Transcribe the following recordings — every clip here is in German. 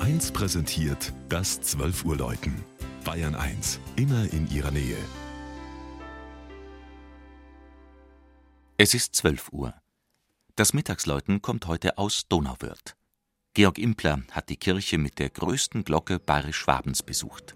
1 präsentiert das 12 Uhr Läuten. Bayern 1, immer in Ihrer Nähe. Es ist 12 Uhr. Das Mittagsläuten kommt heute aus Donauwörth. Georg Impler hat die Kirche mit der größten Glocke Bayerisch-Schwabens besucht.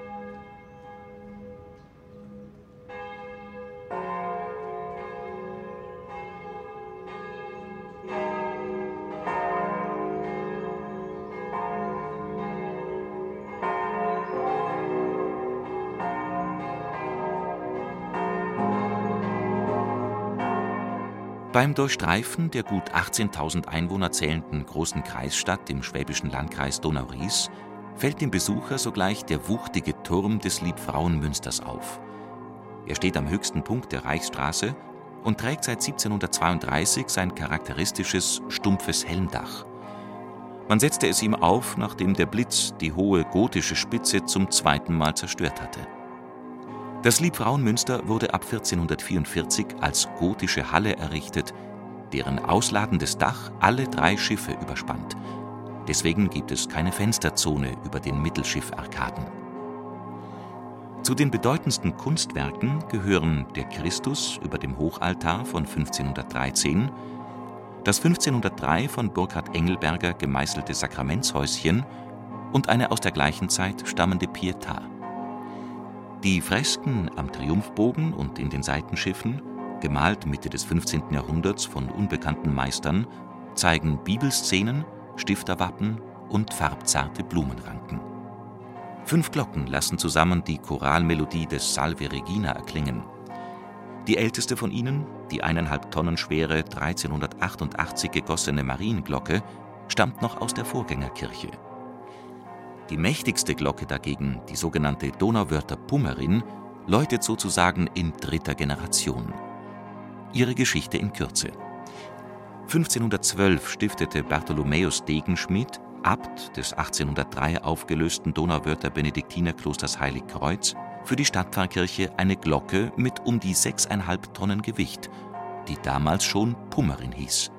Beim Durchstreifen der gut 18.000 Einwohner zählenden großen Kreisstadt im schwäbischen Landkreis Donau-Ries fällt dem Besucher sogleich der wuchtige Turm des Liebfrauenmünsters auf. Er steht am höchsten Punkt der Reichsstraße und trägt seit 1732 sein charakteristisches, stumpfes Helmdach. Man setzte es ihm auf, nachdem der Blitz die hohe gotische Spitze zum zweiten Mal zerstört hatte. Das Liebfrauenmünster wurde ab 1444 als gotische Halle errichtet, deren ausladendes Dach alle 3 Schiffe überspannt. Deswegen gibt es keine Fensterzone über den Mittelschiff-Arkaden. Zu den bedeutendsten Kunstwerken gehören der Christus über dem Hochaltar von 1513, das 1503 von Burkhard Engelberger gemeißelte Sakramentshäuschen und eine aus der gleichen Zeit stammende Pietà. Die Fresken am Triumphbogen und in den Seitenschiffen, gemalt Mitte des 15. Jahrhunderts von unbekannten Meistern, zeigen Bibelszenen, Stifterwappen und farbzarte Blumenranken. 5 Glocken lassen zusammen die Choralmelodie des Salve Regina erklingen. Die älteste von ihnen, die 1,5 Tonnen schwere 1388 gegossene Marienglocke, stammt noch aus der Vorgängerkirche. Die mächtigste Glocke dagegen, die sogenannte Donauwörther Pummerin, läutet sozusagen in 3. Generation. Ihre Geschichte in Kürze: 1512 stiftete Bartholomäus Degenschmied, Abt des 1803 aufgelösten Donauwörther Benediktinerklosters Heiligkreuz, für die Stadtpfarrkirche eine Glocke mit um die 6,5 Tonnen Gewicht, die damals schon Pummerin hieß.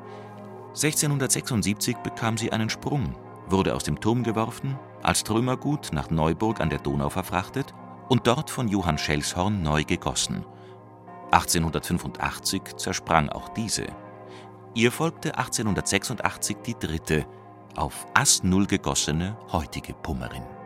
1676 bekam sie einen Sprung, wurde aus dem Turm geworfen, als Trümmergut nach Neuburg an der Donau verfrachtet und dort von Johann Schelshorn neu gegossen. 1885 zersprang auch diese. Ihr folgte 1886 die 3., auf As-Null gegossene heutige Pummerin.